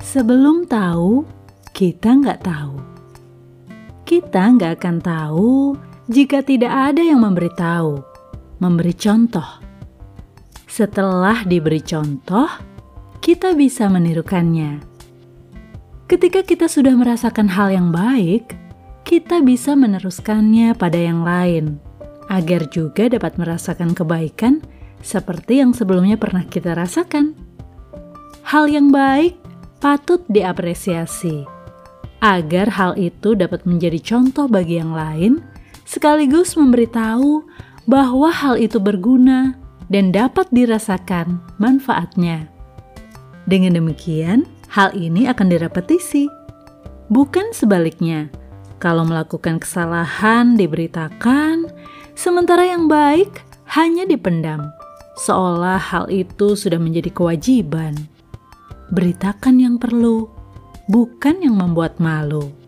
Sebelum tahu, kita nggak tahu. Kita nggak akan tahu jika tidak ada yang memberitahu, memberi contoh. Setelah diberi contoh, kita bisa menirukannya. Ketika kita sudah merasakan hal yang baik, kita bisa meneruskannya pada yang lain, agar juga dapat merasakan kebaikan seperti yang sebelumnya pernah kita rasakan. Hal yang baik patut diapresiasi, agar hal itu dapat menjadi contoh bagi yang lain, sekaligus memberitahu bahwa hal itu berguna dan dapat dirasakan manfaatnya. Dengan demikian, hal ini akan direpetisi. Bukan sebaliknya, kalau melakukan kesalahan diberitakan, sementara yang baik hanya dipendam, seolah hal itu sudah menjadi kewajiban. Beritakan yang perlu, bukan yang membuat malu.